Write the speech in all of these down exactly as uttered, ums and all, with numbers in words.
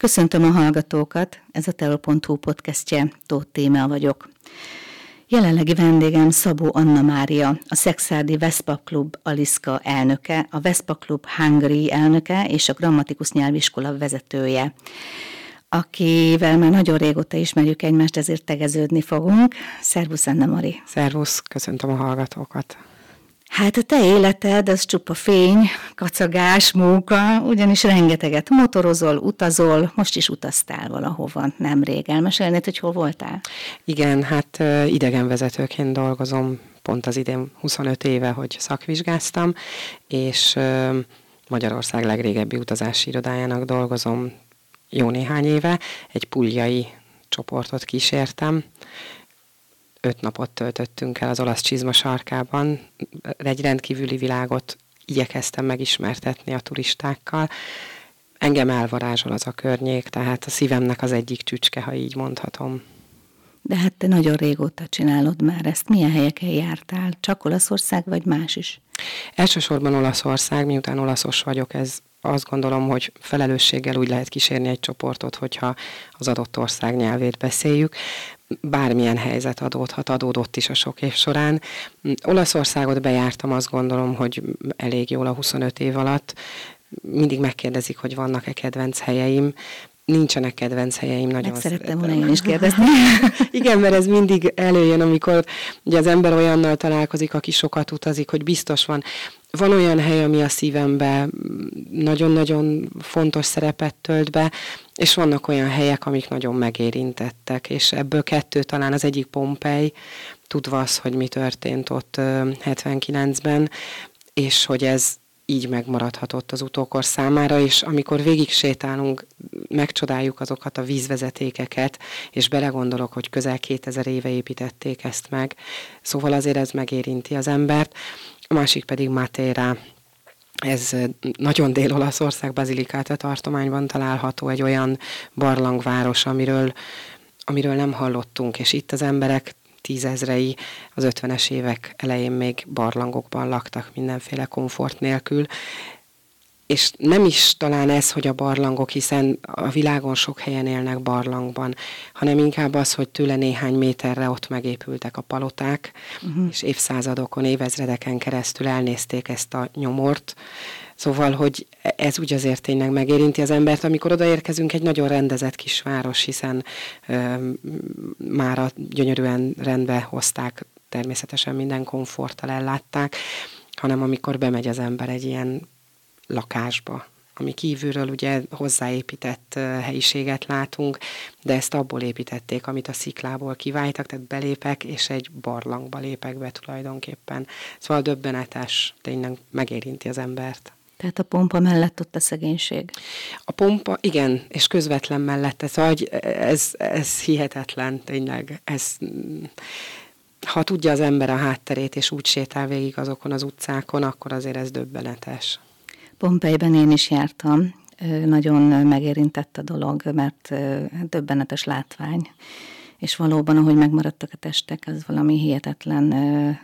Köszöntöm a hallgatókat, ez a teol pont hu podcastje, Tóth Tímea vagyok. Jelenlegi vendégem Szabó Anna Mária, a Szekszárdi Veszpa Klub Aliszka elnöke, a Veszpa Klub Hungary elnöke és a Grammatikus Nyelviskola vezetője, akivel már nagyon régóta ismerjük egymást, ezért tegeződni fogunk. Szervusz, Anna Mari! Szervusz, köszöntöm a hallgatókat! Hát a te életed, az csupa fény, kacagás, munka, ugyanis rengeteget motorozol, utazol, most is utaztál valahova nemrég. Elmesélnéd, hogy hol voltál? Igen, hát idegenvezetőként dolgozom, pont az idén huszonöt éve, hogy szakvizsgáztam, és Magyarország legrégebbi utazási irodájának dolgozom jó néhány éve, egy puljai csoportot kísértem. Öt napot töltöttünk el az olasz csizma sarkában, egy rendkívüli világot igyekeztem megismertetni a turistákkal. Engem elvarázsol az a környék, tehát a szívemnek az egyik csücske, ha így mondhatom. De hát te nagyon régóta csinálod már ezt. Milyen helyeken jártál? Csak Olaszország, vagy más is? Elsősorban Olaszország, miután olaszos vagyok, ez azt gondolom, hogy felelősséggel úgy lehet kísérni egy csoportot, hogyha az adott ország nyelvét beszéljük. Bármilyen helyzet adódhat, adódott is a sok év során. Olaszországot bejártam, azt gondolom, hogy elég jól a huszonöt év alatt. Mindig megkérdezik, hogy vannak-e kedvenc helyeim. Nincsenek kedvenc helyeim, nagyon Meg szerettem volna én is kérdezni. Igen, mert ez mindig előjön, amikor ugye az ember olyannal találkozik, aki sokat utazik, hogy biztos van. Van olyan hely, ami a szívembe nagyon-nagyon fontos szerepet tölt be, és vannak olyan helyek, amik nagyon megérintettek, és ebből kettő talán az egyik Pompei, tudva az, hogy mi történt ott hetvenkilencben, és hogy ez így megmaradhatott az utókor számára, és amikor végig sétálunk, megcsodáljuk azokat a vízvezetékeket, és belegondolok, hogy közel kétezer éve építették ezt meg, szóval azért ez megérinti az embert. A másik pedig Matera, ez nagyon Dél-Olaszország, Basilicata tartományban található, egy olyan barlangváros, amiről, amiről nem hallottunk, és itt az emberek tízezrei az ötvenes évek elején még barlangokban laktak mindenféle komfort nélkül, és nem is talán ez, hogy a barlangok, hiszen a világon sok helyen élnek barlangban, hanem inkább az, hogy tőle néhány méterre ott megépültek a paloták, uh-huh. és évszázadokon, évezredeken keresztül elnézték ezt a nyomort. Szóval, hogy ez úgy azért tényleg megérinti az embert, amikor odaérkezünk, egy nagyon rendezett kisváros, hiszen ö, mára gyönyörűen rendbe hozták, természetesen minden komforttal ellátták, hanem amikor bemegy az ember egy ilyen lakásba, ami kívülről ugye hozzáépített helyiséget látunk, de ezt abból építették, amit a sziklából kiváltak, tehát belépek, és egy barlangba lépek be tulajdonképpen. Szóval döbbenetes, tényleg megérinti az embert. Tehát a pompa mellett ott a szegénység. A pompa, igen, és közvetlen mellette, szóval ez, ez hihetetlen, tényleg. Ez, ha tudja az ember a hátterét, és úgy sétál végig azokon az utcákon, akkor azért ez döbbenetes. Pompeiben én is jártam, nagyon megérintett a dolog, mert döbbenetes látvány, és valóban, ahogy megmaradtak a testek, az valami hihetetlen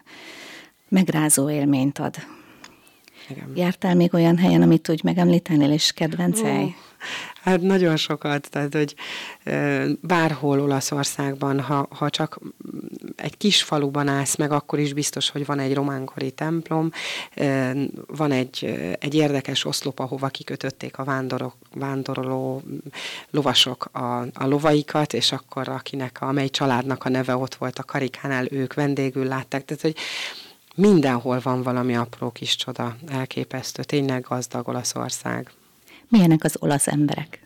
megrázó élményt ad. Igen. Jártál még olyan helyen, amit úgy megemlítenél, és kedvenc hely? Oh, hát nagyon sokat, tehát hogy bárhol Olaszországban, ha, ha csak egy kis faluban állsz meg, akkor is biztos, hogy van egy románkori templom, van egy, egy érdekes oszlop, ahova kikötötték a vándorok, vándoroló lovasok a, a lovaikat, és akkor akinek, amely családnak a neve ott volt a karikánál, ők vendégül látták, tehát hogy mindenhol van valami apró kis csoda, elképesztő, tényleg gazdag Olaszország. Milyenek az olasz emberek?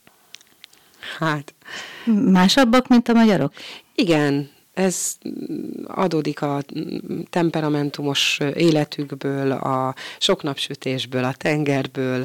Hát... Másabbak, mint a magyarok? Igen, ez adódik a temperamentumos életükből, a sok napsütésből, a tengerből.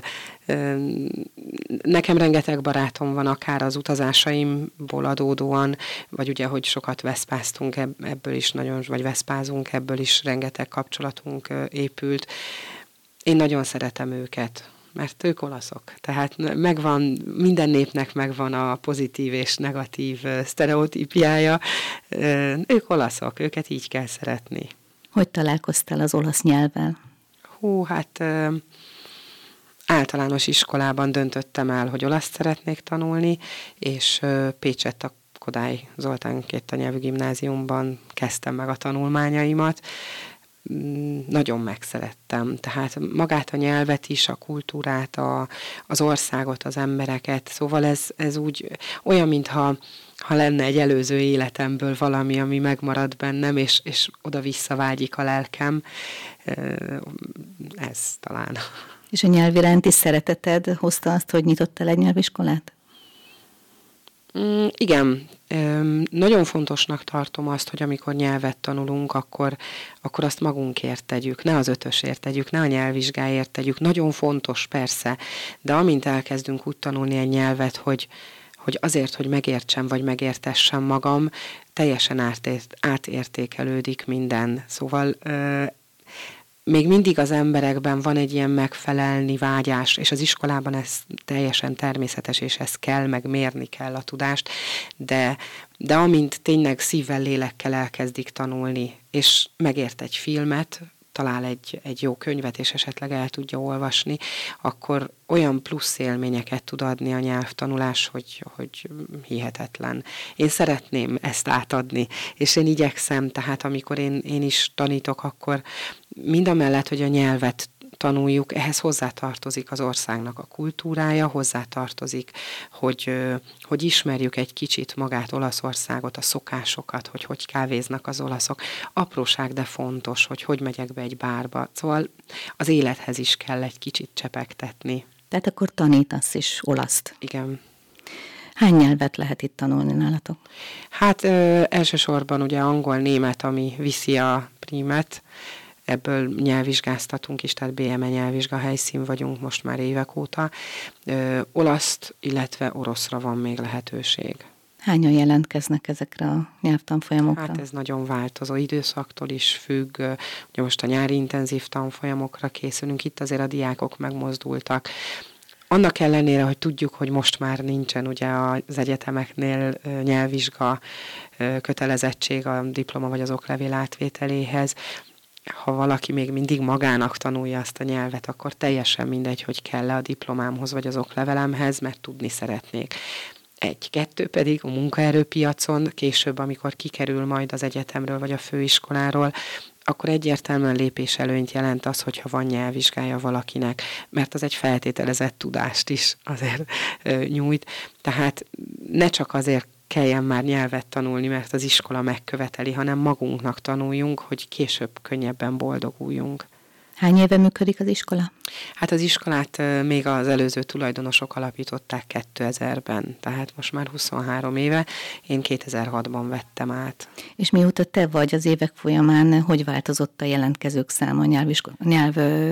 Nekem rengeteg barátom van, akár az utazásaimból adódóan, vagy ugye, hogy sokat veszpáztunk, ebből is nagyon, vagy veszpázunk, ebből is rengeteg kapcsolatunk épült. Én nagyon szeretem őket, mert ők olaszok. Tehát megvan, minden népnek megvan a pozitív és negatív sztereotípiája. Ők olaszok, őket így kell szeretni. Hogy találkoztál az olasz nyelvvel? Hú, hát általános iskolában döntöttem el, hogy olaszt szeretnék tanulni, és Pécsett a Kodály Zoltán Kétanyelvű Gimnáziumban kezdtem meg a tanulmányaimat. Nagyon megszerettem. Tehát magát a nyelvet is, a kultúrát, a, az országot, az embereket. Szóval ez, ez úgy olyan, mintha ha lenne egy előző életemből valami, ami megmarad bennem, és, és oda-vissza vágyik a lelkem. Ez talán. És a nyelv iránti szereteted hozta azt, hogy nyitottál egy nyelviskolát? Mm, igen. Üm, nagyon fontosnak tartom azt, hogy amikor nyelvet tanulunk, akkor, akkor azt magunkért tegyük, ne az ötösért tegyük, ne a nyelvvizsgáért tegyük. Nagyon fontos, persze, de amint elkezdünk úgy tanulni egy nyelvet, hogy, hogy azért, hogy megértsem, vagy megértessem magam, teljesen átért, átértékelődik minden. Szóval ö, még mindig az emberekben van egy ilyen megfelelni vágyás, és az iskolában ez teljesen természetes, és ez kell, meg mérni kell a tudást, de, de amint tényleg szívvel, lélekkel elkezdik tanulni, és megért egy filmet, talál egy, egy jó könyvet, és esetleg el tudja olvasni, akkor olyan plusz élményeket tud adni a nyelvtanulás, hogy, hogy hihetetlen. Én szeretném ezt átadni, és én igyekszem, tehát amikor én, én is tanítok, akkor mindamellett, hogy a nyelvet tanuljuk, ehhez hozzátartozik az országnak a kultúrája, hozzátartozik, hogy, hogy ismerjük egy kicsit magát, Olaszországot, a szokásokat, hogy hogy kávéznak az olaszok. Apróság, de fontos, hogy hogy megyek be egy bárba. Szóval az élethez is kell egy kicsit csepegtetni. Tehát akkor tanítasz is olaszt. Igen. Hány nyelvet lehet itt tanulni nálatok? Hát ö, elsősorban ugye angol, német, ami viszi a prímet. Ebből nyelvvizsgáztatunk is, tehát bé em e nyelvvizsga helyszín vagyunk most már évek óta. Ö, olaszt, illetve oroszra van még lehetőség. Hányan jelentkeznek ezekre a nyelvtanfolyamokra? Hát ez nagyon változó, időszaktól is függ. Ugye most a nyári intenzív tanfolyamokra készülünk, itt azért a diákok megmozdultak. Annak ellenére, hogy tudjuk, hogy most már nincsen ugye az egyetemeknél nyelvvizsga kötelezettség a diploma vagy az oklevél átvételéhez, ha valaki még mindig magának tanulja azt a nyelvet, akkor teljesen mindegy, hogy kell-e a diplomámhoz vagy az oklevelemhez, mert tudni szeretnék. Egy, kettő pedig a munkaerőpiacon, később, amikor kikerül majd az egyetemről vagy a főiskoláról, akkor egyértelműen lépéselőnyt jelent az, hogyha van nyelvvizsgája valakinek, mert az egy feltételezett tudást is azért ö, nyújt. Tehát ne csak azért kelljen már nyelvet tanulni, mert az iskola megköveteli, hanem magunknak tanuljunk, hogy később könnyebben boldoguljunk. Hány éve működik az iskola? Hát az iskolát még az előző tulajdonosok alapították kétezerben, tehát most már huszonhárom éve, én kétezer-hatban vettem át. És mióta te vagy az évek folyamán, hogy változott a jelentkezők száma a nyelvisko- nyelv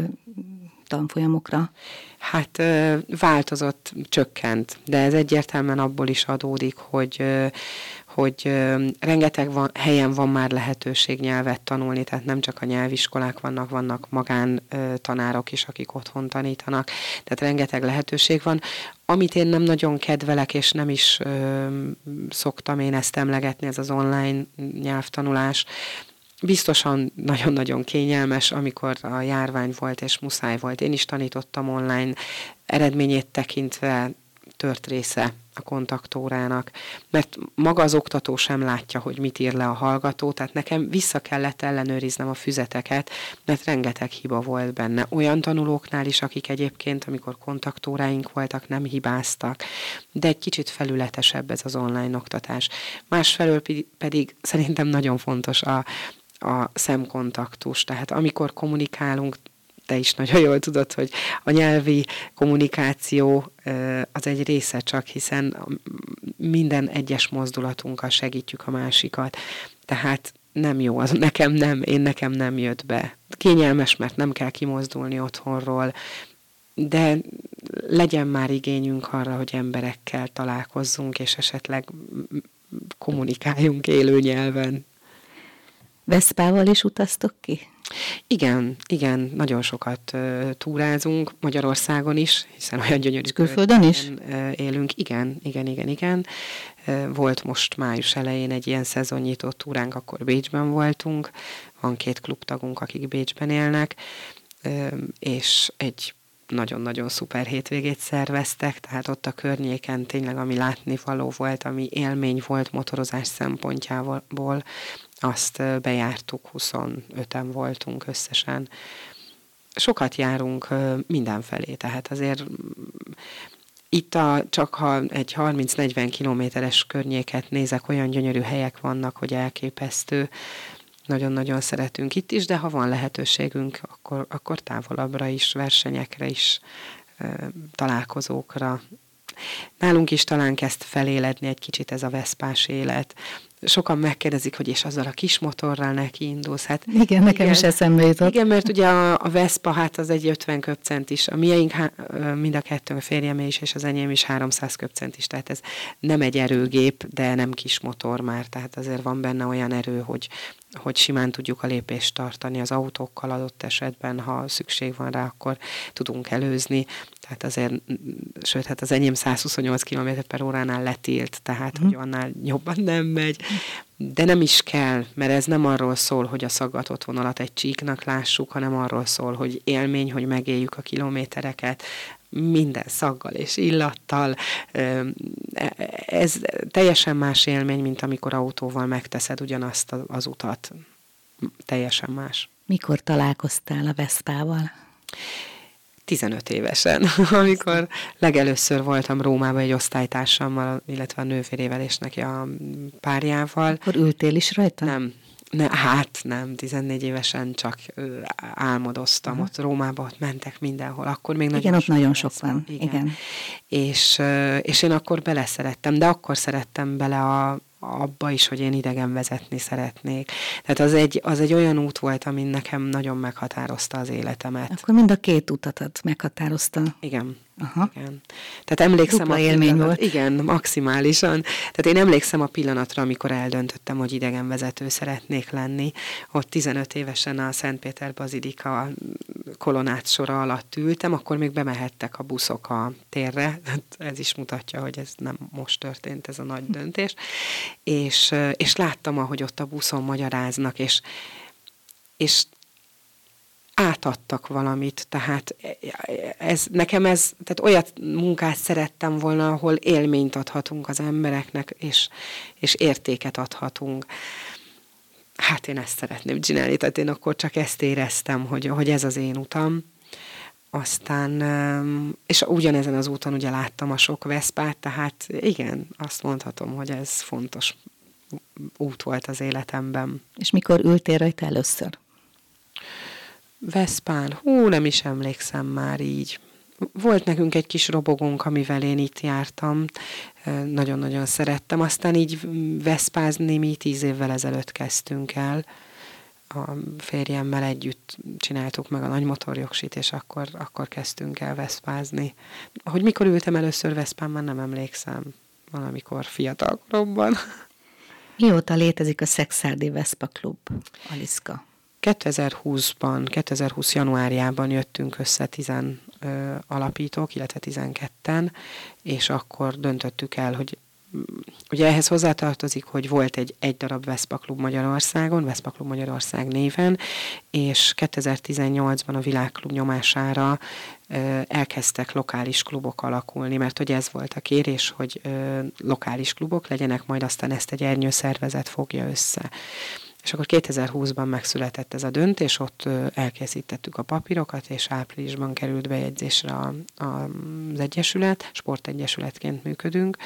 tanfolyamokra? Hát változott, csökkent, de ez egyértelműen abból is adódik, hogy, hogy rengeteg van, helyen van már lehetőség nyelvet tanulni, tehát nem csak a nyelviskolák vannak, vannak magán tanárok is, akik otthon tanítanak, tehát rengeteg lehetőség van. Amit én nem nagyon kedvelek, és nem is ö, szoktam én ezt emlegetni, ez az online nyelvtanulás, biztosan nagyon-nagyon kényelmes, amikor a járvány volt és muszáj volt. Én is tanítottam online, eredményét tekintve tört része a kontaktórának, mert maga az oktató sem látja, hogy mit ír le a hallgató, tehát nekem vissza kellett ellenőriznem a füzeteket, mert rengeteg hiba volt benne. Olyan tanulóknál is, akik egyébként, amikor kontaktóráink voltak, nem hibáztak, de egy kicsit felületesebb ez az online oktatás. Másfelől pedig szerintem nagyon fontos a a szemkontaktus. Tehát amikor kommunikálunk, te is nagyon jól tudod, hogy a nyelvi kommunikáció az egy része csak, hiszen minden egyes mozdulatunkkal segítjük a másikat. Tehát nem jó, az nekem nem, én nekem nem jött be. Kényelmes, mert nem kell kimozdulni otthonról, de legyen már igényünk arra, hogy emberekkel találkozzunk, és esetleg kommunikáljunk élő nyelven. Veszpával is utaztok ki? Igen, igen, nagyon sokat uh, túrázunk, Magyarországon is, hiszen olyan gyönyörű külföldön is uh, élünk. Igen, igen, igen, igen. Uh, volt most május elején egy ilyen szezonnyitó túránk, akkor Bécsben voltunk, van két klubtagunk, akik Bécsben élnek, uh, és egy nagyon-nagyon szuper hétvégét szerveztek, tehát ott a környéken tényleg, ami látnivaló volt, ami élmény volt motorozás szempontjából, azt bejártuk, huszonöten voltunk összesen. Sokat járunk mindenfelé, tehát azért itt a, csak ha egy harminc-negyven kilométeres környéket nézek, olyan gyönyörű helyek vannak, hogy elképesztő. Nagyon-nagyon szeretünk itt is, de ha van lehetőségünk, akkor, akkor távolabbra is, versenyekre is, találkozókra. Nálunk is talán kezd feléledni egy kicsit ez a veszpás élet. Sokan megkérdezik, hogy és azzal a kis motorral neki indulsz. Hát, igen, igen, nekem is eszembe jutott. Igen, mert ugye a, a Vespa, hát az egy ötven köbcentis. A miénk, mind a kettő, a férjemé is, és az enyém is háromszáz köbcentis. Tehát ez nem egy erőgép, de nem kis motor már. Tehát azért van benne olyan erő, hogy, hogy simán tudjuk a lépést tartani az autókkal adott esetben, ha szükség van rá, akkor tudunk előzni. Tehát azért, sőt, hát az enyém száz huszonnyolc kilométer per óránál letilt, tehát, mm. hogy annál jobban nem megy. De nem is kell, mert ez nem arról szól, hogy a szaggatott vonalat egy csíknak lássuk, hanem arról szól, hogy élmény, hogy megéljük a kilométereket, minden szaggal és illattal. Ez teljesen más élmény, mint amikor autóval megteszed ugyanazt az utat. Teljesen más. Mikor találkoztál a Veszpával? tizenöt évesen, amikor legelőször voltam Rómában egy osztálytársammal, illetve a nővérével és neki a párjával. Akkor ültél is rajta? Nem. Ne, hát nem, tizennégy évesen csak álmodoztam, uh-huh. ott Rómában ott mentek mindenhol, akkor még igen, nagyon ott sok nagyon sok lesz, van. Igen. Igen. És, és én akkor beleszerettem, de akkor szerettem bele a, abba is, hogy én idegen vezetni szeretnék. Tehát az egy, az egy olyan út volt, ami nekem nagyon meghatározta az életemet. Akkor mind a két utatat meghatározta. Igen. Aha. Igen. Tehát emlékszem Dupla a élmény pillanat, volt. Igen, maximálisan. Tehát én emlékszem a pillanatra, amikor eldöntöttem, hogy idegenvezető szeretnék lenni. Ott tizenöt évesen a Szentpéter Bazilika kolonát sora alatt ültem, akkor még bemehettek a buszok a térre. Ez is mutatja, hogy ez nem most történt, ez a nagy döntés. És, és láttam, ahogy ott a buszon magyaráznak, és, és átadtak valamit, tehát ez, nekem ez, tehát olyat munkát szerettem volna, ahol élményt adhatunk az embereknek, és, és értéket adhatunk. Hát én ezt szeretném csinálni, tehát én akkor csak ezt éreztem, hogy, hogy ez az én utam. Aztán, és ugyanezen az úton ugye láttam a sok Veszpát, tehát igen, azt mondhatom, hogy ez fontos út volt az életemben. És mikor ültél rajta először? Veszpán, hú, nem is emlékszem már így. Volt nekünk egy kis robogónk, amivel én itt jártam, nagyon-nagyon szerettem. Aztán így veszpázni mi tíz évvel ezelőtt kezdtünk el. A férjemmel együtt csináltuk meg a nagy motorjogsit, és akkor, akkor kezdtünk el veszpázni. Hogy mikor ültem először Veszpán, már nem emlékszem. Valamikor fiatal koromban. Mióta létezik a Szekszárdi Vespa Klub, Aliszka? kétezer-húszban, kétezer-húsz januárjában jöttünk össze tizen ö, alapítók, illetve tizenketten, és akkor döntöttük el, hogy ugye ehhez hozzátartozik, hogy volt egy, egy darab Vespa Klub Magyarországon, Vespa Klub Magyarország néven, és kétezer-tizennyolcban a Világklub nyomására ö, elkezdtek lokális klubok alakulni, mert hogy ez volt a kérés, hogy ö, lokális klubok legyenek, majd aztán ezt egy ernyőszervezet fogja össze. És akkor kétezer-húszban megszületett ez a döntés, ott elkészítettük a papírokat, és áprilisban került bejegyzésre a, a, az egyesület, sportegyesületként működünk.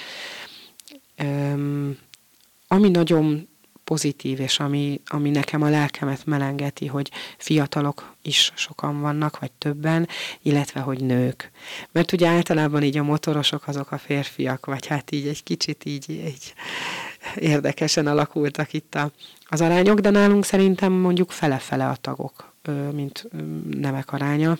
Um, ami nagyon pozitív, és ami, ami nekem a lelkemet melengeti, hogy fiatalok is sokan vannak, vagy többen, illetve, hogy nők. Mert ugye általában így a motorosok azok a férfiak, vagy hát így egy kicsit így, így érdekesen alakultak itt a, az arányok, de nálunk szerintem mondjuk fele-fele a tagok, mint nemek aránya.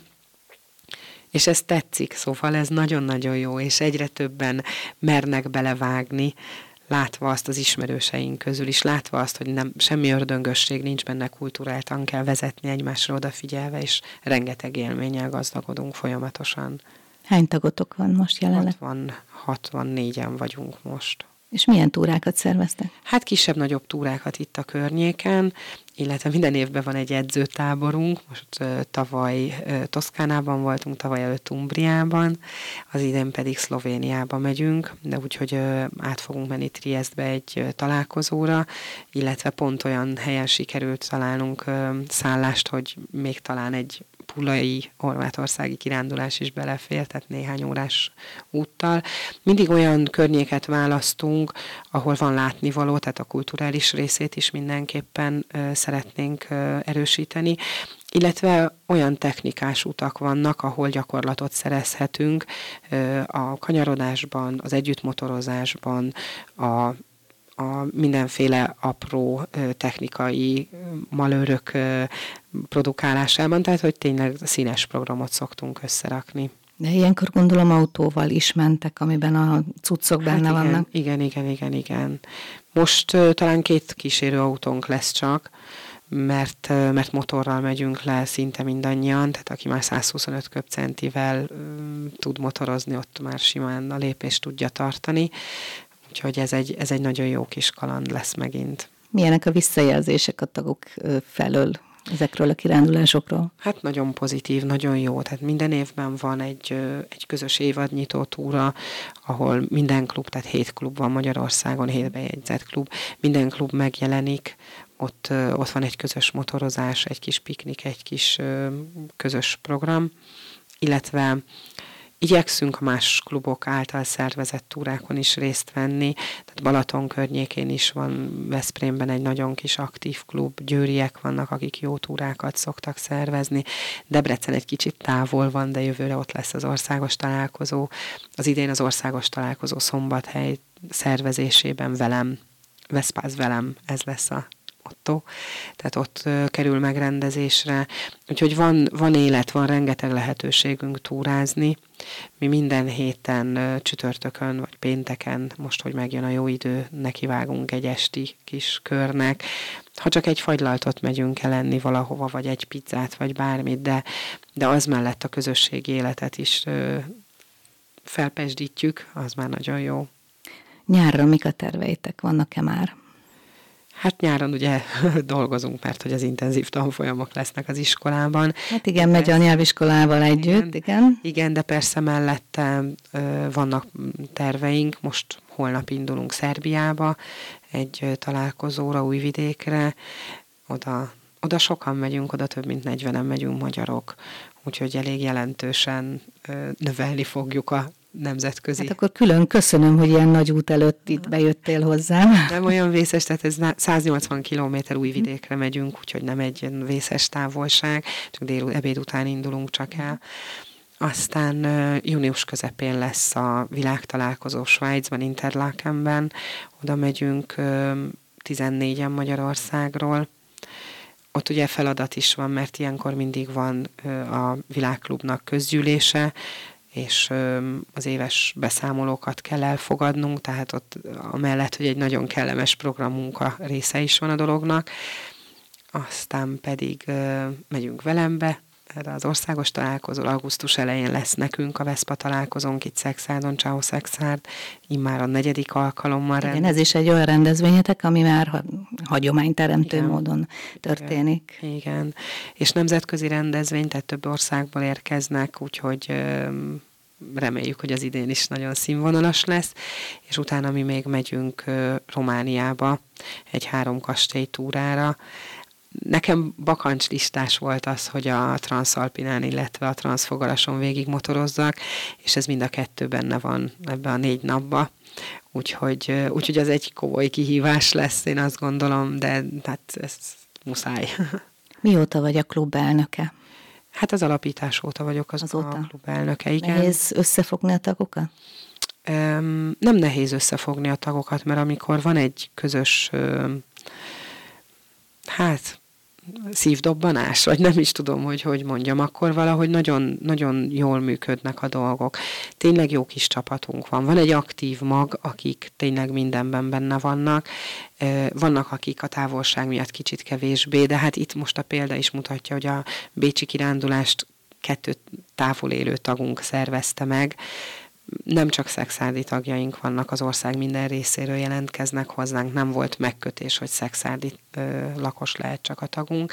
És ez tetszik, szóval ez nagyon-nagyon jó, és egyre többen mernek belevágni, látva azt az ismerőseink közül is, látva azt, hogy nem, semmi ördöngösség nincs benne, kulturáltan kell vezetni, egymásra odafigyelve, és rengeteg élménnyel gazdagodunk folyamatosan. Hány tagotok van most jelenleg? hatvan, hatvannégyen vagyunk most. És milyen túrákat szerveztek? Hát kisebb-nagyobb túrákat itt a környéken, illetve minden évben van egy edzőtáborunk. Most uh, tavaly uh, Toszkánában voltunk, tavaly előtt Umbriában, az idén pedig Szlovéniába megyünk, de úgyhogy uh, át fogunk menni Triestbe egy uh, találkozóra, illetve pont olyan helyen sikerült találnunk uh, szállást, hogy még talán egy pulai horvátországi kirándulás is belefér, tehát néhány órás úttal. Mindig olyan környéket választunk, ahol van látnivaló, tehát a kulturális részét is mindenképpen ö, szeretnénk ö, erősíteni, illetve olyan technikás utak vannak, ahol gyakorlatot szerezhetünk ö, a kanyarodásban, az együttmotorozásban, a a mindenféle apró ö, technikai malőrök ö, produkálásában, tehát hogy tényleg színes programot szoktunk összerakni. De ilyenkor gondolom autóval is mentek, amiben a cuccok hát benne igen, vannak. Igen, igen, igen, igen. Most ö, talán két kísérőautónk lesz csak, mert, ö, mert motorral megyünk le szinte mindannyian, tehát aki már száz huszonöt köbcentivel ö, tud motorozni, ott már simán a lépést tudja tartani. Úgyhogy ez egy, ez egy nagyon jó kis kaland lesz megint. Milyenek a visszajelzések a tagok felől ezekről a kirándulásokról? Hát nagyon pozitív, nagyon jó. Tehát minden évben van egy, egy közös évadnyitó túra, ahol minden klub, tehát hét klub van Magyarországon, hét bejegyzett klub, minden klub megjelenik, ott, ott van egy közös motorozás, egy kis piknik, egy kis közös program, illetve igyekszünk a más klubok által szervezett túrákon is részt venni, tehát Balaton környékén is van, Veszprémben egy nagyon kis aktív klub, győriek vannak, akik jó túrákat szoktak szervezni, Debrecen egy kicsit távol van, de jövőre ott lesz az országos találkozó. Az idén az országos találkozó Szombathely szervezésében velem, Veszpáz velem, ez lesz a Otto, tehát ott uh, kerül megrendezésre. Úgyhogy van, van élet, van rengeteg lehetőségünk túrázni. Mi minden héten uh, csütörtökön vagy pénteken, most, hogy megjön a jó idő, nekivágunk egy esti kis körnek. Ha csak egy fagylaltot megyünk el enni valahova, vagy egy pizzát, vagy bármit, de, de az mellett a közösségi életet is uh, felpesdítjük, az már nagyon jó. Nyárra mik a terveitek? Vannak-e már? Hát nyáron ugye dolgozunk, mert hogy az intenzív tanfolyamok lesznek az iskolában. Hát igen, megy a nyelviskolával együtt, igen. Igen, igen de persze mellette ö, vannak terveink. Most holnap indulunk Szerbiába, egy ö, találkozóra, Újvidékre. Oda, oda sokan megyünk, oda több mint negyvenen megyünk magyarok. Úgyhogy elég jelentősen ö, növelni fogjuk a nemzetközi. Hát akkor külön köszönöm, hogy ilyen nagy út előtt itt bejöttél hozzám. Nem olyan vészes, tehát ez száznyolcvan kilométer Újvidékre megyünk, úgyhogy nem egy ilyen vészes távolság, csak dél ebéd után indulunk csak el. Aztán uh, június közepén lesz a világtalálkozó Svájcban, Interlakenben, oda megyünk uh, tizennégyen Magyarországról. Ott ugye feladat is van, mert ilyenkor mindig van uh, a világklubnak közgyűlése, és az éves beszámolókat kell elfogadnunk, tehát ott amellett, hogy egy nagyon kellemes programmunka része is van a dolognak. Aztán pedig megyünk Velembe, erre az országos találkozó, augusztus elején lesz nekünk a Veszpa találkozónk itt Szexárdon, Ciao Szexárd, immár a negyedik alkalommal. Igen, rend... ez is egy olyan rendezvényetek, ami már hagyományteremtő igen. módon történik. Igen. Igen, és nemzetközi rendezvény, tehát több országból érkeznek, úgyhogy reméljük, hogy az idén is nagyon színvonalas lesz, és utána mi még megyünk Romániába egy három kastély túrára. Nekem bakancslistás volt az, hogy a Transzalpinán, illetve a Transzfogalason végig motorozzak, és ez mind a kettő benne van ebbe a négy napba. Úgyhogy, úgyhogy az egy komoly kihívás lesz, én azt gondolom, de hát ez muszáj. Mióta vagy a klub elnöke? Hát az alapítás óta vagyok az Azóta. a klub elnöke, igen. Nehéz összefogni a tagokat? Um, nem nehéz összefogni a tagokat, mert amikor van egy közös, um, hát szívdobbanás, vagy nem is tudom, hogy hogy mondjam, akkor valahogy nagyon, nagyon jól működnek a dolgok. Tényleg jó kis csapatunk van. Van egy aktív mag, akik tényleg mindenben benne vannak. Vannak, akik a távolság miatt kicsit kevésbé, de hát itt most a példa is mutatja, hogy a bécsi kirándulást kettő távol élő tagunk szervezte meg. nem csak szexárdi tagjaink vannak, az ország minden részéről jelentkeznek hozzánk, nem volt megkötés, hogy szexárdi ö, lakos lehet csak a tagunk,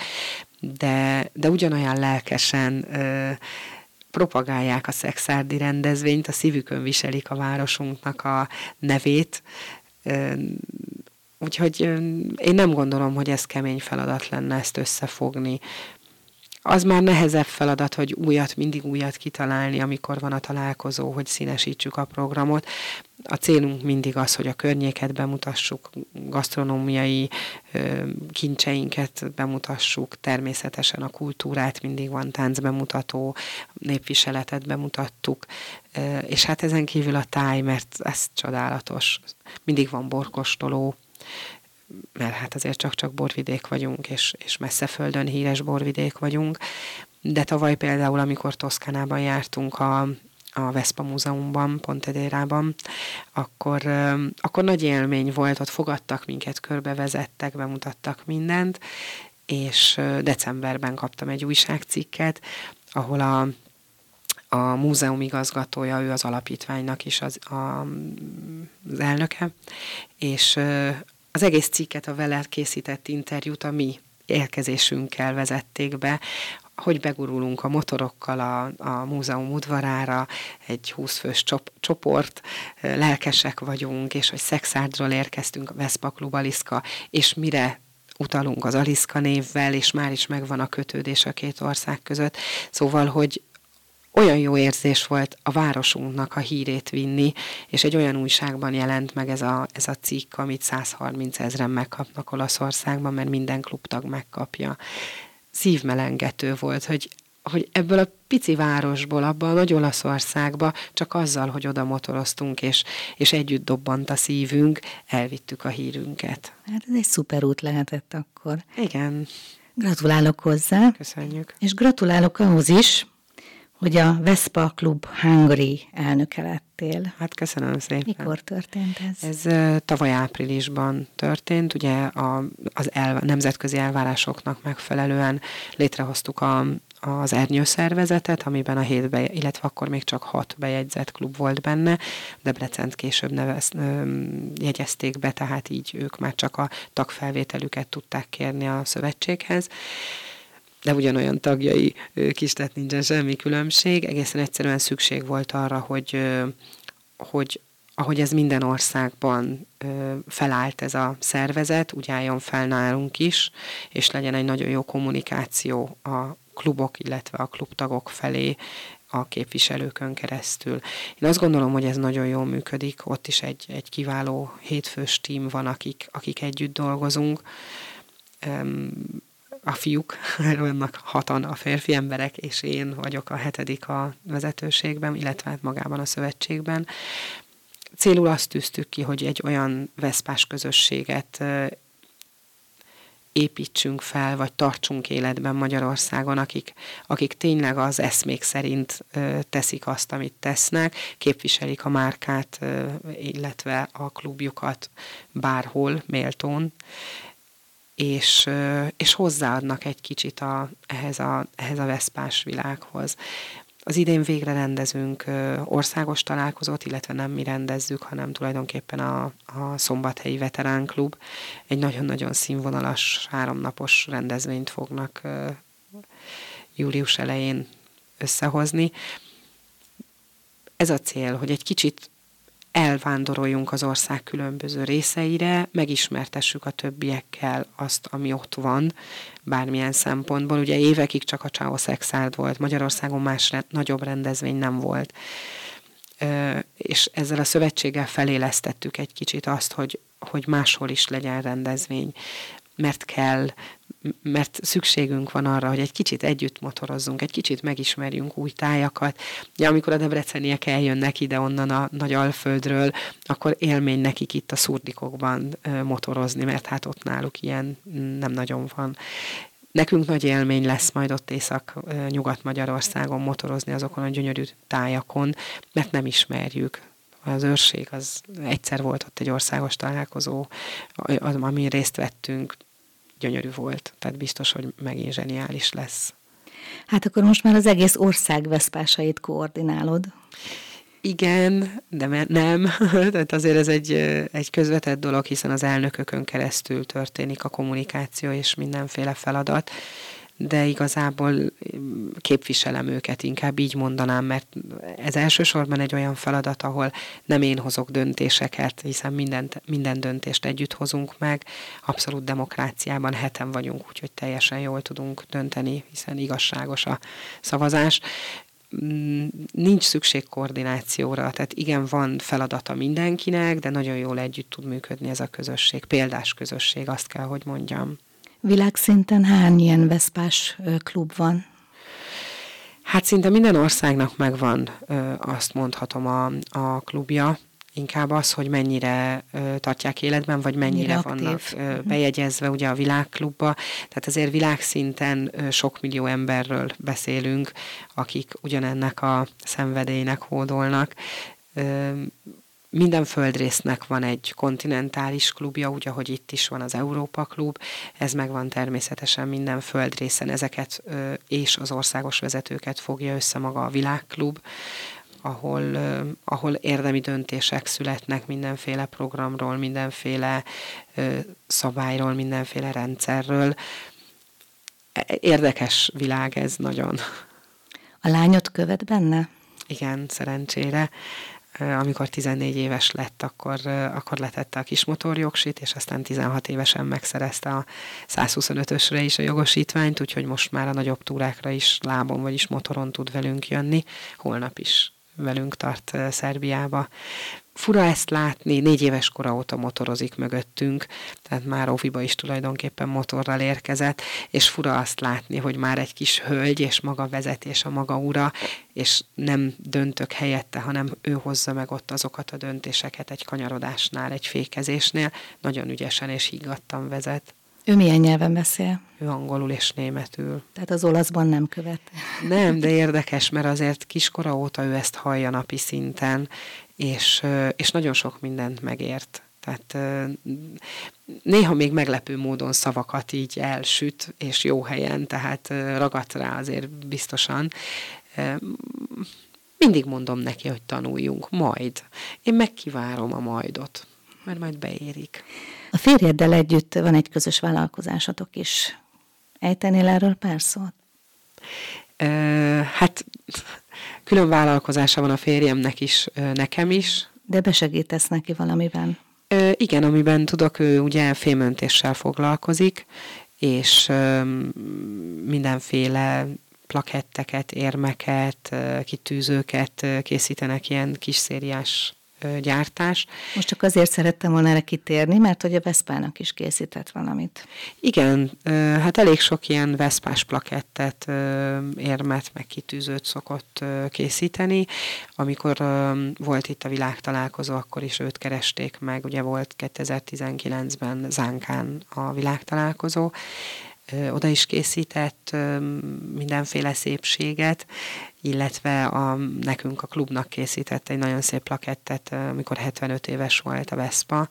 de, de ugyanolyan lelkesen ö, propagálják a szexárdi rendezvényt, a szívükön viselik a városunknak a nevét, ö, úgyhogy ö, én nem gondolom, hogy ez kemény feladat lenne ezt összefogni. Az már nehezebb feladat, hogy újat, mindig újat kitalálni, amikor van a találkozó, hogy színesítsük a programot. A célunk mindig az, hogy a környéket bemutassuk, gasztronómiai ö, kincseinket bemutassuk, természetesen a kultúrát, mindig van táncbemutató, népviseletet bemutattuk, ö, és hát ezen kívül a táj, mert ez csodálatos. Mindig van borkostoló, mert hát azért csak-csak borvidék vagyunk, és, és messze földön híres borvidék vagyunk. De tavaly például, amikor Toszkánában jártunk a, a Vespa Múzeumban, Pontedérában, akkor, akkor nagy élmény volt, ott fogadtak minket, körbevezettek, bemutattak mindent, és decemberben kaptam egy újságcikket, ahol a a múzeum igazgatója, ő az alapítványnak is az, a, az elnöke, és az egész cikket, a vele készített interjút a mi érkezésünkkel vezették be, hogy begurulunk a motorokkal a, a múzeum udvarára, egy húsz fős csop, csoport, lelkesek vagyunk, és hogy Szexárdról érkeztünk, a Vespa Klub Aliszka, és mire utalunk az Aliszka névvel, és már is megvan a kötődés a két ország között. Szóval, hogy olyan jó érzés volt a városunknak a hírét vinni, és egy olyan újságban jelent meg ez a, ez a cikk, amit száz harminc ezren megkapnak Olaszországban, mert minden klubtag megkapja. Szívmelengető volt, hogy, hogy ebből a pici városból, abban a nagy Olaszországba csak azzal, hogy oda motoroztunk, és, és együtt dobbant a szívünk, elvittük a hírünket. Hát ez egy szuper út lehetett akkor. Igen. Gratulálok hozzá. Köszönjük. És gratulálok ahhoz is, hogy a Vespa Klub Hungary elnöke lettél. Hát köszönöm szépen. Mikor történt ez? Ez uh, tavaly áprilisban történt, ugye a, az el, nemzetközi elvárásoknak megfelelően létrehoztuk a, az ernyőszervezetet, amiben a hét, be, illetve akkor még csak hat bejegyzett klub volt benne, Debrecent később nevez, jegyezték be, tehát így ők már csak a tagfelvételüket tudták kérni a szövetséghez. De ugyanolyan tagjai ők is, tehát nincsen semmi különbség. Egészen egyszerűen szükség volt arra, hogy, hogy ahogy ez minden országban felállt ez a szervezet, úgy álljon fel nálunk is, és legyen egy nagyon jó kommunikáció a klubok, illetve a klubtagok felé a képviselőkön keresztül. Én azt gondolom, hogy ez nagyon jól működik. Ott is egy, egy kiváló hétfős tím van, akik, akik együtt dolgozunk. A fiúk, vannak hatan a férfi emberek, és én vagyok a hetedik a vezetőségben, illetve hát magában a szövetségben. Célul azt tűztük ki, hogy egy olyan veszpás közösséget építsünk fel, vagy tartsunk életben Magyarországon, akik, akik tényleg az eszmék szerint teszik azt, amit tesznek, képviselik a márkát, illetve a klubjukat bárhol méltón, és, és hozzáadnak egy kicsit a, ehhez, a, ehhez a veszpás világhoz. Az idén végre rendezünk országos találkozót, illetve nem mi rendezzük, hanem tulajdonképpen a, a Szombathelyi Veterán Klub. Egy nagyon-nagyon színvonalas, háromnapos rendezvényt fognak július elején összehozni. Ez a cél, hogy egy kicsit elvándoroljunk az ország különböző részeire, megismertessük a többiekkel azt, ami ott van, bármilyen szempontból. Ugye évekig csak a Ciao Szexárd volt, Magyarországon más re- nagyobb rendezvény nem volt. Ö, és ezzel a szövetséggel felélesztettük egy kicsit azt, hogy, hogy máshol is legyen rendezvény, mert kell, mert szükségünk van arra, hogy egy kicsit együtt motorozzunk, egy kicsit megismerjünk új tájakat. Ja, amikor a debreceniek eljönnek ide onnan a Nagyalföldről, akkor élmény nekik itt a Szurdikokban motorozni, mert hát ott náluk ilyen nem nagyon van. Nekünk nagy élmény lesz majd ott Észak-Nyugat-Magyarországon motorozni azokon a gyönyörű tájakon, mert nem ismerjük. Az őrség, az egyszer volt ott egy országos találkozó, amin részt vettünk, gyönyörű volt, tehát biztos, hogy megint zseniális lesz. Hát akkor most már az egész ország veszpásait koordinálod. Igen, de nem. Tehát azért ez egy, egy közvetett dolog, hiszen az elnökökön keresztül történik a kommunikáció és mindenféle feladat, de igazából képviselem őket, inkább így mondanám, mert ez elsősorban egy olyan feladat, ahol nem én hozok döntéseket, hiszen minden, minden döntést együtt hozunk meg, abszolút demokráciában heten vagyunk, úgyhogy teljesen jól tudunk dönteni, hiszen igazságos a szavazás. Nincs szükség koordinációra, tehát igen, van feladata mindenkinek, de nagyon jól együtt tud működni ez a közösség, példás közösség, azt kell, hogy mondjam. Világszinten hány ilyen veszpás klub van? Hát szinte minden országnak megvan, azt mondhatom, a, a klubja. Inkább az, hogy mennyire ö, tartják életben, vagy mennyire Mire vannak ö, bejegyezve ugye a világklubba. Tehát azért világszinten ö, sok millió emberről beszélünk, akik ugyanennek a szenvedélynek hódolnak. Ö, minden földrésznek van egy kontinentális klubja, úgy, ahogy itt is van az Európa klub. Ez megvan természetesen minden földrészen. Ezeket ö, és az országos vezetőket fogja össze maga a világklub, ahol, uh, ahol érdemi döntések születnek mindenféle programról, mindenféle uh, szabályról, mindenféle rendszerről. Érdekes világ ez nagyon. A lányot követ benne? Igen, szerencsére. Uh, amikor tizennégy éves lett, akkor, uh, akkor letette a kis motorjogsit, és aztán tizenhat évesen megszerezte a százhuszonötösre is a jogosítványt, úgyhogy most már a nagyobb túrákra is lábon, vagyis motoron tud velünk jönni. Holnap is velünk tart uh, Szerbiába. Fura ezt látni, négy éves kora óta motorozik mögöttünk, tehát már óviba is tulajdonképpen motorral érkezett, és fura azt látni, hogy már egy kis hölgy, és maga vezetés a maga ura, és nem döntök helyette, hanem ő hozza meg ott azokat a döntéseket egy kanyarodásnál, egy fékezésnél, nagyon ügyesen és higgadtan vezet. Ő milyen nyelven beszél? Ő angolul és németül. Tehát az olaszban nem követ? Nem, de érdekes, mert azért kiskora óta ő ezt hallja napi szinten, és, és nagyon sok mindent megért. Tehát néha még meglepő módon szavakat így elsüt, és jó helyen, tehát ragadt rá azért biztosan. Mindig mondom neki, hogy tanuljunk, majd. Én megkivárom a majdot, mert majd beérik. A férjeddel együtt van egy közös vállalkozásatok is. Ejtenél erről pár szót? Uh, hát külön vállalkozása van a férjemnek is, uh, nekem is. De besegítesz neki valamiben? Uh, igen, amiben tudok, ő ugye fémöntéssel foglalkozik, és uh, mindenféle plaketteket, érmeket, uh, kitűzőket uh, készítenek, ilyen kis szériás gyártás. Most csak azért szerettem volna erre kitérni, mert hogy a Veszpának is készített valamit. Igen, hát elég sok ilyen veszpás plakettet, érmet, meg kitűzőt szokott készíteni. Amikor volt itt a világtalálkozó, akkor is őt keresték meg, ugye volt kétezer-tizenkilencben Zánkán a világtalálkozó, oda is készített mindenféle szépséget, illetve a, nekünk a klubnak készített egy nagyon szép plakettet, amikor hetvenöt éves volt a Vespa,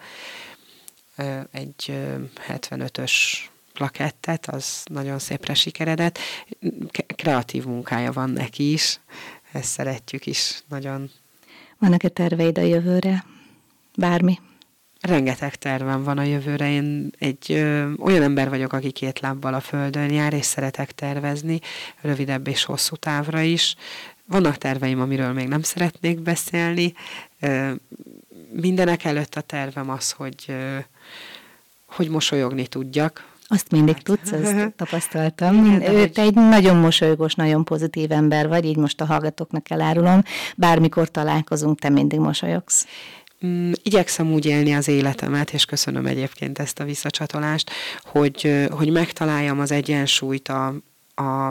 egy hetvenötös plakettet, az nagyon szépre sikeredett. Kreatív munkája van neki is, ezt szeretjük is nagyon. Vannak-e terveid a jövőre? Bármi? Rengeteg tervem van a jövőre. Én egy ö, olyan ember vagyok, aki két lábbal a földön jár, és szeretek tervezni, rövidebb és hosszú távra is. Vannak terveim, amiről még nem szeretnék beszélni. Ö, mindenek előtt a tervem az, hogy, ö, hogy mosolyogni tudjak. Azt mindig tudsz, ezt tapasztaltam. Igen, ő, te egy nagyon mosolygós, nagyon pozitív ember vagy, így most a hallgatóknak elárulom. Bármikor találkozunk, te mindig mosolyogsz. Igyekszem úgy élni az életemet, és köszönöm egyébként ezt a visszacsatolást, hogy, hogy megtaláljam az egyensúlyt a, a,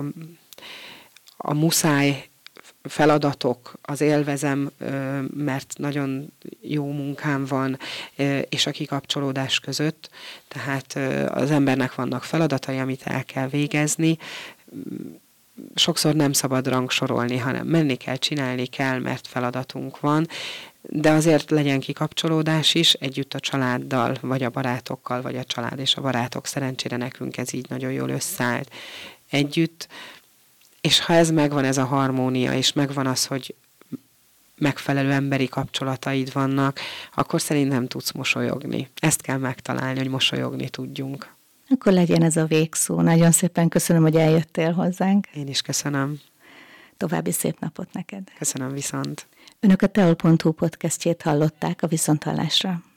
a muszáj feladatok, az élvezem, mert nagyon jó munkám van, és a kikapcsolódás között. Tehát az embernek vannak feladatai, amit el kell végezni. Sokszor nem szabad rangsorolni, hanem menni kell, csinálni kell, mert feladatunk van, de azért legyen kikapcsolódás is, együtt a családdal, vagy a barátokkal, vagy a család és a barátok. Szerencsére nekünk ez így nagyon jól összeállt együtt. És ha ez megvan, ez a harmónia, és megvan az, hogy megfelelő emberi kapcsolataid vannak, akkor szerintem tudsz mosolyogni. Ezt kell megtalálni, hogy mosolyogni tudjunk. Akkor legyen ez a végszó. Nagyon szépen köszönöm, hogy eljöttél hozzánk. Én is köszönöm. További szép napot neked. Köszönöm viszont. Önök a teol pont hu podcastjét hallották, a viszonthallásra.